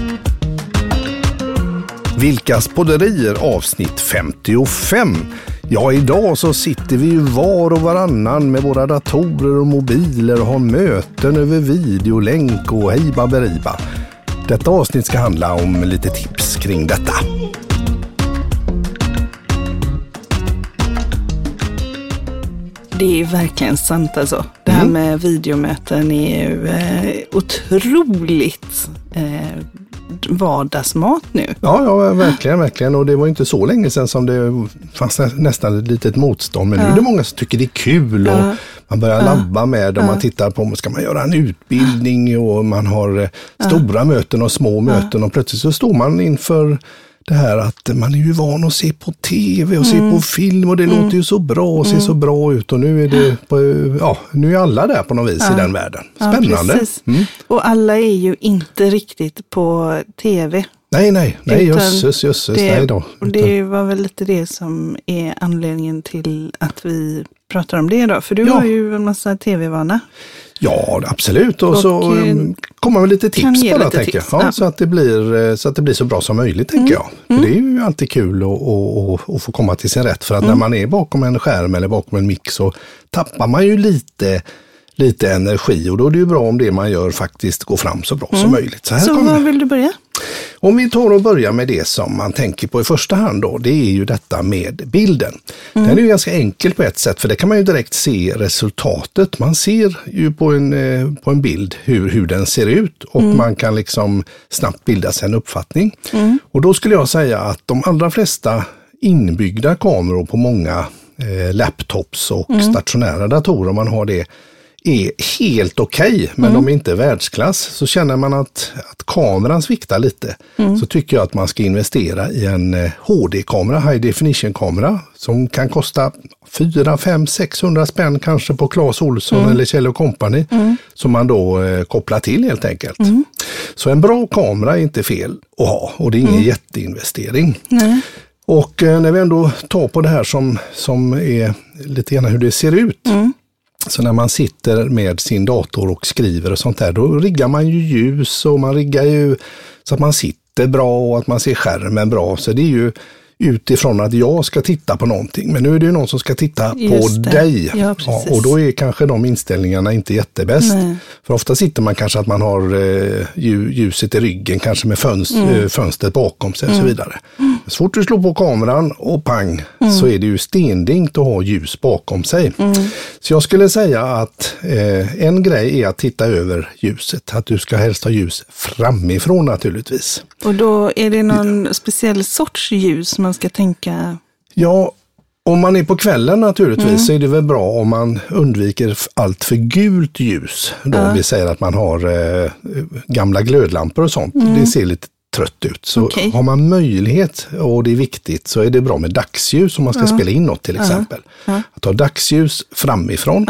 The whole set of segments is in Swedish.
Vilkas podderier avsnitt 55. Ja, idag så sitter vi ju var och varannan med våra datorer och mobiler och har möten över videolänk och hej baberiba. Detta avsnitt ska handla om lite tips kring detta. Det är verkligen sant alltså. Det här med videomöten är ju otroligt vardagsmat nu. Ja, verkligen. Och det var inte så länge sedan som det fanns nästan ett litet motstånd. Men nu är det många som tycker det är kul och man börjar labba med det. Man tittar på, ska man göra en utbildning och man har stora möten och små möten och plötsligt så står man inför det här att man är ju van att se på tv och se på film och det låter ju så bra och ser så bra ut och nu är det nu är alla där på något vis i den världen. Spännande. Ja, och alla är ju inte riktigt på tv. Nej, jösses, nej då. Och det var väl lite det som är anledningen till att vi pratar om det idag. För du har ju en massa tv-vana. Ja, absolut. Och så kommer väl lite tips bara, tänker jag. Ja, så att det blir så bra som möjligt, tänker jag. För det är ju alltid kul att få komma till sin rätt. För att när man är bakom en skärm eller bakom en mix så tappar man ju lite energi. Och då är det ju bra om det man gör faktiskt går fram så bra som möjligt. Så vad vill du börja? Om vi tar och börjar med det som man tänker på i första hand då, det är ju detta med bilden. Den är ju ganska enkel på ett sätt, för det kan man ju direkt se resultatet. Man ser ju på en bild hur den ser ut och man kan liksom snabbt bilda sig en uppfattning. Och då skulle jag säga att de allra flesta inbyggda kameror på många laptops och stationära datorer, om man har det, är helt okej, men de är inte världsklass. Så känner man att kameran sviktar lite, så tycker jag att man ska investera i en HD-kamera, High Definition-kamera, som kan kosta 4, 5, 600 spänn kanske på Clas Ohlson eller Kjell & Company, som man då kopplar till helt enkelt. Så en bra kamera är inte fel att ha, och det är ingen jätteinvestering. Och när vi ändå tar på det här som är lite grann hur det ser ut, så när man sitter med sin dator och skriver och sånt där, då riggar man ju ljus och man riggar ju så att man sitter bra och att man ser skärmen bra. Så det är ju utifrån att jag ska titta på någonting. Men nu är det ju någon som ska titta på dig. Ja, och då är kanske de inställningarna inte jättebäst. För ofta sitter man kanske att man har ljuset i ryggen, kanske med fönstret bakom sig och så vidare. Så fort du slår på kameran och pang, så är det ju stendingt att ha ljus bakom sig. Så jag skulle säga att en grej är att titta över ljuset. Att du ska helst ha ljus framifrån naturligtvis. Och då är det någon speciell sorts ljus man ska tänka? Ja, om man är på kvällen naturligtvis så är det väl bra om man undviker allt för gult ljus. Då vi säger att man har gamla glödlampor och sånt. Det ser lite trött ut. Så har man möjlighet, och det är viktigt, så är det bra med dagsljus om man ska spela in något till exempel. Att ha dagsljus framifrån.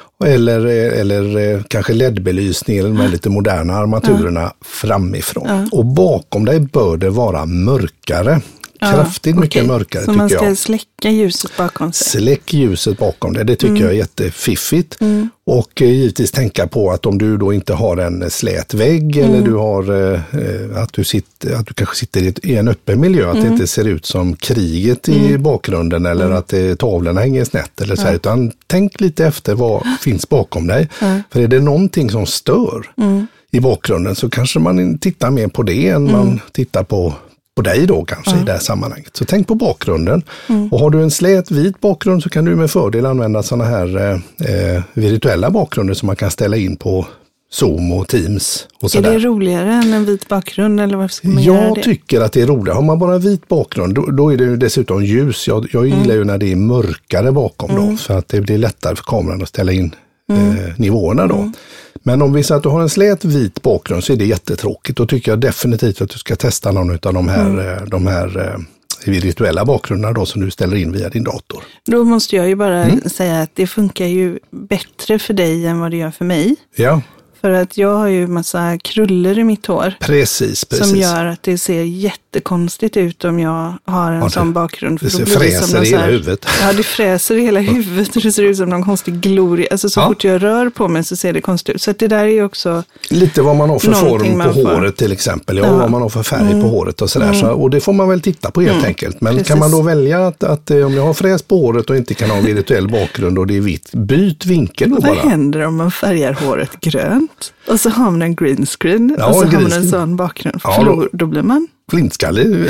Eller kanske LED-belysning eller med lite moderna armaturerna framifrån. Och bakom dig bör det vara mörkare. Kraftigt mycket mörkare, tycker jag. Så man ska släcka ljuset bakom sig? Släck ljuset bakom det. Det tycker jag är jättefiffigt. Och givetvis tänka på att om du då inte har en slät vägg eller du har att du kanske sitter i en öppen miljö, att det inte ser ut som kriget i bakgrunden eller att tavlorna hänger snett eller så här, utan tänk lite efter vad finns bakom dig. För är det någonting som stör i bakgrunden så kanske man tittar mer på det än man tittar på dig då kanske i det här sammanhanget. Så tänk på bakgrunden. Och har du en slät vit bakgrund så kan du med fördel använda sådana här virtuella bakgrunder som man kan ställa in på Zoom och Teams och sådär. Är det roligare än en vit bakgrund eller varför ska man göra det? Jag tycker att det är roligare. Har man bara en vit bakgrund då är det ju dessutom ljus. Jag gillar ju när det är mörkare bakom då, för att det blir lättare för kameran att ställa in nivåerna då. Men om vi säger att du har en slät vit bakgrund så är det jättetråkigt. Då tycker jag definitivt att du ska testa någon av de här virtuella bakgrunderna då som du ställer in via din dator. Då måste jag ju bara säga att det funkar ju bättre för dig än vad det gör för mig. Ja. För att jag har ju massa krullor i mitt hår. Precis. Som gör att det ser jättekonstigt ut om jag har en sån bakgrund. För det fräser i hela huvudet. Ja, det fräser i hela huvudet och det ser ut som någon konstig gloria. Alltså så fort jag rör på mig så ser det konstigt ut. Så att det där är ju också... Lite vad man har för form på håret till exempel. Ja, vad man har för färg på håret och sådär. Så, och det får man väl titta på helt enkelt. Men kan man då välja att om jag har fräs på håret och inte kan ha en virtuell bakgrund och det är vitt, byt vinkel då bara. Vad händer om man färgar håret grönt? Och så har man en green screen och så har man en sån bakgrund. För då blir man... Flintskallig.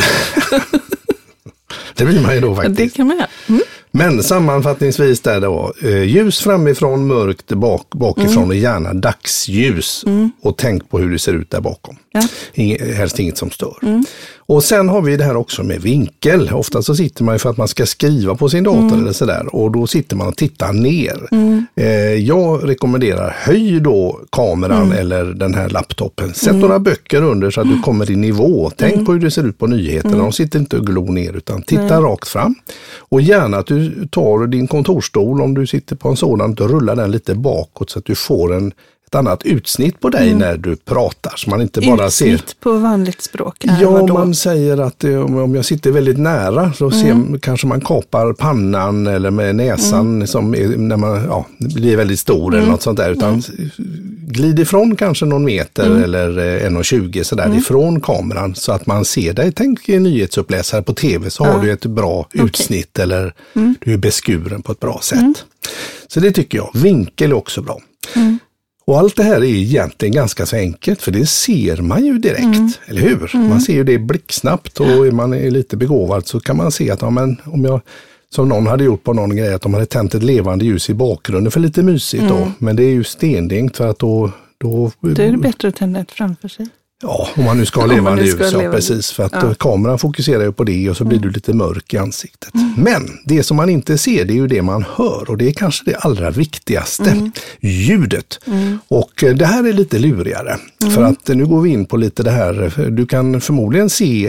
Det blir man ju då faktiskt. Det kan man göra. Men sammanfattningsvis där då, ljus framifrån, mörkt bakifrån och gärna dagsljus. Och tänk på hur det ser ut där bakom. Ja. Helst inget som stör. Och sen har vi det här också med vinkel. Ofta så sitter man ju för att man ska skriva på sin dator eller sådär. Och då sitter man och tittar ner. Jag rekommenderar höj då kameran eller den här laptopen. Sätt några böcker under så att du kommer i nivå. Tänk på hur det ser ut på nyheterna. De sitter inte och glor ner utan titta rakt fram. Och gärna att du tar din kontorstol om du sitter på en sådan och rullar den lite bakåt så att du får ett annat utsnitt på dig när du pratar. Så man inte bara utsnitt på vanligt språk? Ja, man säger att om jag sitter väldigt nära så kanske man kapar pannan eller med näsan som är, när man blir väldigt stor eller något sånt där. Utan glid ifrån kanske någon meter eller 1,20 sådär ifrån kameran så att man ser dig. Tänk i nyhetsuppläsare på tv så har du ett bra utsnitt eller du är beskuren på ett bra sätt. Så det tycker jag. Vinkel är också bra. Och allt det här är egentligen ganska så enkelt för det ser man ju direkt, eller hur? Man ser ju det blixtsnabbt och är man lite begåvad så kan man se att om jag, som någon hade gjort på någon grej, att de hade tänt ett levande ljus i bakgrunden för lite mysigt då. Men det är ju stendängt för att då det är bättre att tända ett framför sig. Ja, om man nu ska ha levande ljus, precis. För att kameran fokuserar ju på det och så blir du lite mörk i ansiktet. Men det som man inte ser, det är ju det man hör. Och det är kanske det allra viktigaste, ljudet. Och det här är lite lurigare. För att nu går vi in på lite det här. Du kan förmodligen se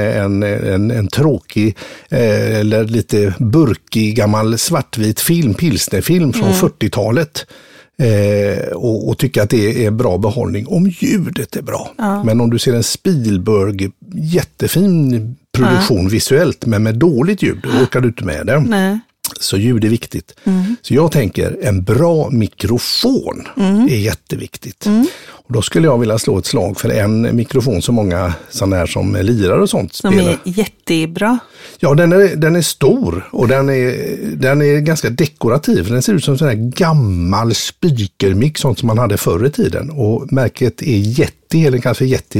en tråkig eller lite burkig gammal svartvit film, pilsnerfilm från 40-talet. Och tycka att det är bra behållning om ljudet är bra. Men om du ser en Spielberg jättefin produktion visuellt men med dåligt ljud, då orkar du inte med det. Nej. Så ljud är viktigt. Så jag tänker en bra mikrofon är jätteviktigt. Och då skulle jag vilja slå ett slag för en mikrofon som många sådana här som lirar och sånt som spelar. Som är jättebra. Ja, den är stor och den är ganska dekorativ. Den ser ut som en sån här gammal speakermick, sånt som man hade förr i tiden. Och märket är Yeti, eller kanske Yeti,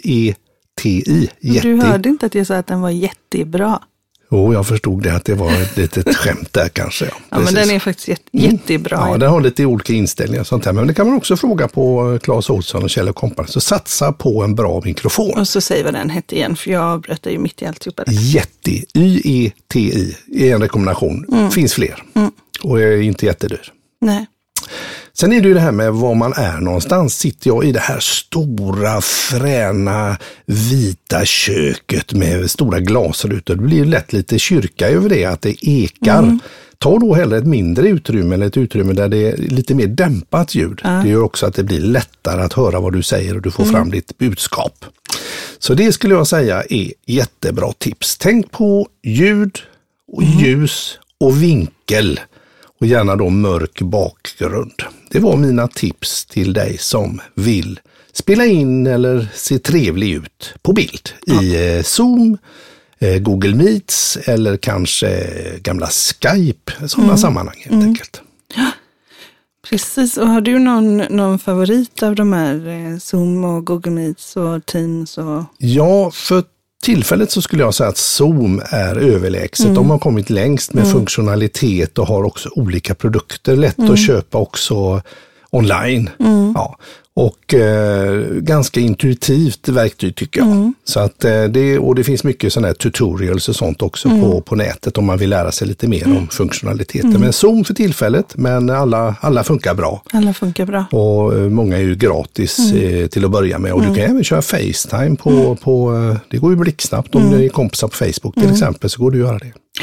Y-E-T-I. Du hörde inte att jag sa att den var jättebra. Jag förstod det, att det var ett litet skämt där kanske. Ja, men den är faktiskt jättebra. Ja, den har lite olika inställningar och sånt här. Men det kan man också fråga på Claes Olsson och Kjell & Company. Så satsa på en bra mikrofon. Och så säg vad den hette igen, för jag avbröt ju mitt i alltihopa. Yeti, Y-E-T-I är en rekommendation. Finns fler. Och är inte jättedyr. Nej. Sen är det ju det här med var man är någonstans. Sitter jag i det här stora, fräna, vita köket med stora glasrutor. Det blir ju lätt lite kyrka över det, att det ekar. Ta då hellre ett mindre utrymme eller ett utrymme där det är lite mer dämpat ljud. Det gör också att det blir lättare att höra vad du säger och du får fram ditt budskap. Så det skulle jag säga är jättebra tips. Tänk på ljud och ljus och vinkel. Och gärna då mörk bakgrund. Det var mina tips till dig som vill spela in eller se trevlig ut på bild. I Zoom, Google Meets eller kanske gamla Skype. Sådana sammanhang helt enkelt. Ja, precis. Och har du någon favorit av de här Zoom och Google Meets och Teams? Ja, för tillfället så skulle jag säga att Zoom är överlägset. De har kommit längst med funktionalitet och har också olika produkter. Lätt att köpa också online. Ja. Och ganska intuitivt verktyg tycker jag. Så att det finns mycket sådana här tutorials och sånt också på nätet om man vill lära sig lite mer om funktionaliteten. Men Zoom för tillfället, men alla funkar bra. Alla funkar bra. Och många är ju gratis till att börja med. Och du kan även köra FaceTime på det går ju blixtsnabbt om du är kompisar på Facebook till exempel, så går du att göra det. Ja.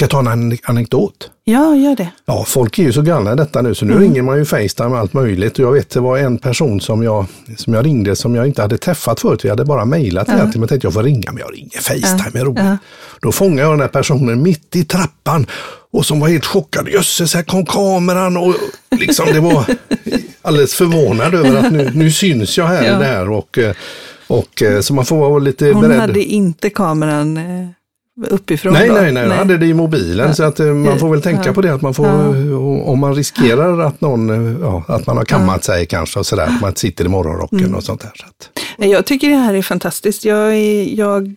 Ska jag ta en anekdot? Ja, gör det. Ja, folk är ju så galna i detta nu så nu ringer man ju FaceTime med allt möjligt. Och jag vet, det var en person som jag ringde som jag inte hade träffat förut. Vi hade bara mejlat egentligen, men tänkte jag får ringa, men jag ringer FaceTime, är roligt. Då fångade jag den här personen mitt i trappan och som var helt chockad. Jösses, här kom kameran och liksom det var alldeles förvånad över att nu syns jag här i det här och så man får vara lite beredd. Hon hade inte kameran uppifrån. Nej, jag hade det i mobilen så att man får väl tänka på det att man får, om man riskerar att någon, att man har kammat sig kanske och sådär, att man sitter i morgonrocken och sånt där. Så att. Jag tycker det här är fantastiskt. Jag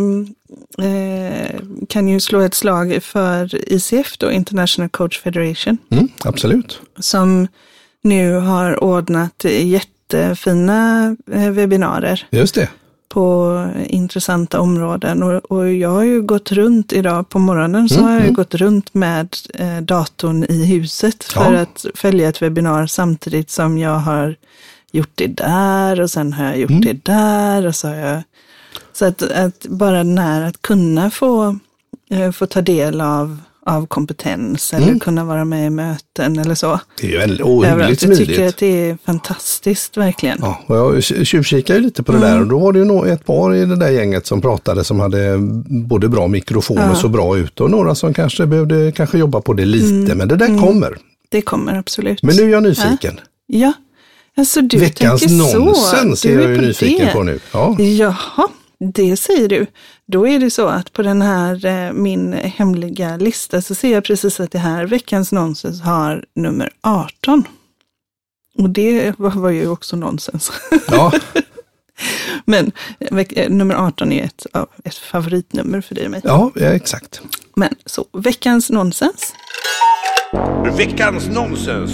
kan ju slå ett slag för ICF då, International Coach Federation. Absolut. Som nu har ordnat jättefina webbinarier. Just det. På intressanta områden och jag har ju gått runt idag på morgonen så har jag gått runt med datorn i huset för att följa ett webbinar samtidigt som jag har gjort det där och sen har jag gjort det där och så har jag så att bara den här att kunna få ta del av kompetens eller kunna vara med i möten eller så. Det är ju väldigt ohyggligt smidigt. Jag tycker att det är fantastiskt verkligen. Ja, och jag tjuvkikade lite på det där och då var det ju ett par i det där gänget som pratade som hade både bra mikrofon och så bra ut och några som kanske behövde jobba på det lite, men det där kommer. Det kommer absolut. Men nu är jag nyfiken. Ja. Alltså du Veckans tänker nonsens är jag ju nyfiken på nu. Ja. Jaha. Det säger du. Då är det så att på den här min hemliga lista så ser jag precis att det här veckans nonsens har nummer 18. Och det var ju också nonsens. Ja. Men nummer 18 är ett favoritnummer för dig och mig. Ja, exakt. Men så, veckans nonsens. Veckans nonsens.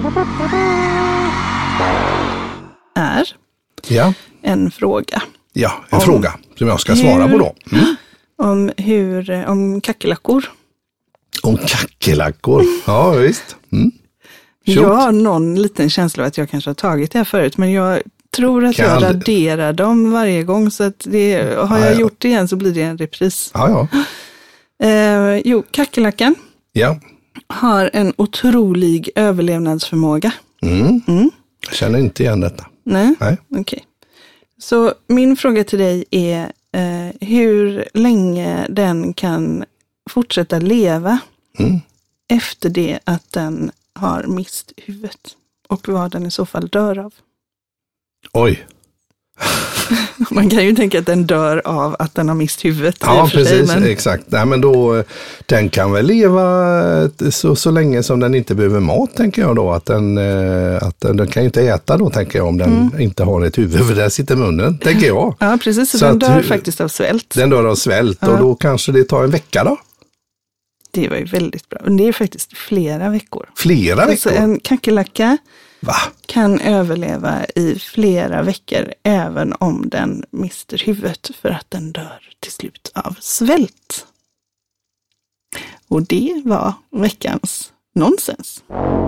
Är en fråga. Ja, en fråga som jag ska svara på då. Om kackerlackor. Om kackerlackor, ja visst. Jag har någon liten känsla av att jag kanske har tagit det här förut, men jag tror att jag raderar dem varje gång så att har jag gjort det igen så blir det en repris. Kackerlackan har en otrolig överlevnadsförmåga. Jag känner inte igen detta. Nej. Okej. Så min fråga till dig är hur länge den kan fortsätta leva efter det att den har mist huvudet och vad den i så fall dör av. Oj. Man kan ju tänka att den dör av att den har mist huvudet. Ja, precis. Exakt. Nej, men då, den kan väl leva så länge som den inte behöver mat, tänker jag då. Att den kan ju inte äta då, tänker jag, om den inte har ett huvud. För där sitter munnen, tänker jag. Ja, precis. Så den dör faktiskt av svält. Den dör av svält och då kanske det tar en vecka då. Det var ju väldigt bra. Men det är faktiskt flera veckor. Flera veckor? Alltså en kackerlacka kan överleva i flera veckor även om den mister huvudet för att den dör till slut av svält. Och det var veckans nonsens.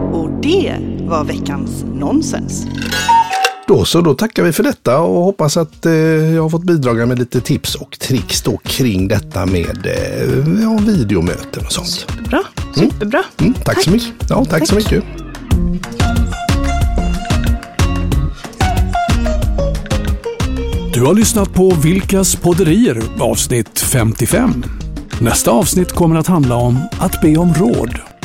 Då tackar vi för detta och hoppas att jag har fått bidraga med lite tips och tricks då kring detta med videomöten och sånt. Superbra. Tack så mycket. Ja, tack så mycket. Du har lyssnat på Vilkas podderier avsnitt 55. Nästa avsnitt kommer att handla om att be om råd.